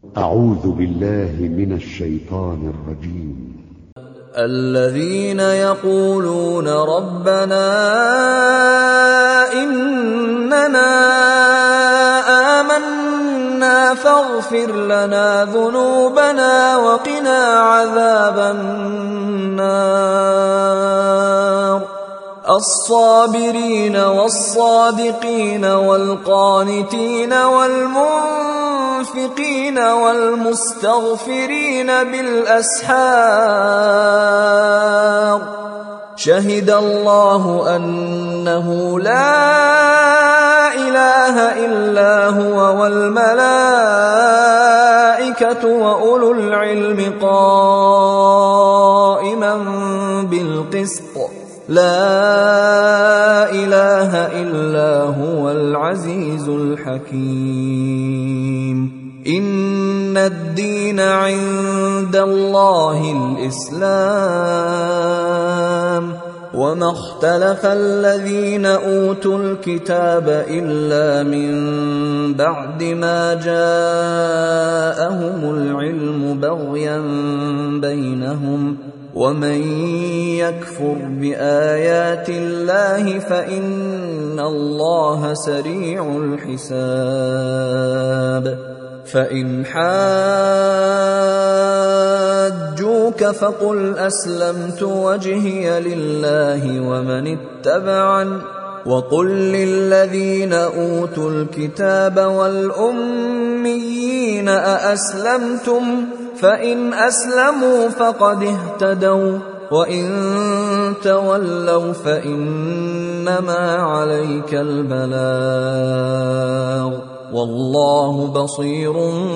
أعوذ بالله من الشيطان الرجيم. الذين يقولون ربنا إننا آمنا فاغفر لنا ذنوبنا وقنا عذاب النار الصابرين والصادقين والقانتين والمنفقين والمستغفرين بالأسحار شهد الله أنه لا إله إلا هو والملائكة وأولو العلم قائما بالقسط لا إله إلا هو العزيز الحكيم إن الدين عند الله الإسلام وما اختلف الذين أوتوا الكتاب إلا من بعد ما جاءهم العلم بغيا بينهم ومن يكفر بآيات الله فإن الله سريع الحساب فإن حاجوك فقل أسلمت وجهي لله ومن اتبعني وقل للذين أوتوا الكتاب والأميين أأسلمتم فإن أسلموا فقد اهتدوا وإن تولوا فإنما عليك البلاغ والله بصير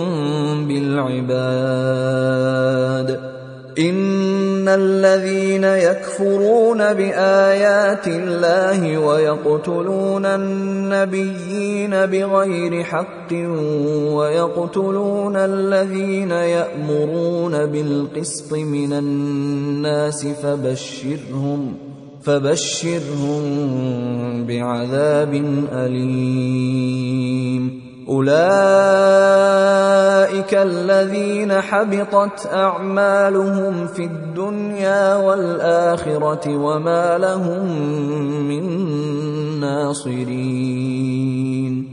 بالعباد إن الذين يكفرون بآيات الله ويقتلون النبيين بغير حق ويقتلون الذين يأمرون بالقسط من الناس فبشرهم بعذاب أليم أولئك الذين حبطت أعمالهم في الدنيا والآخرة وما لهم من ناصرين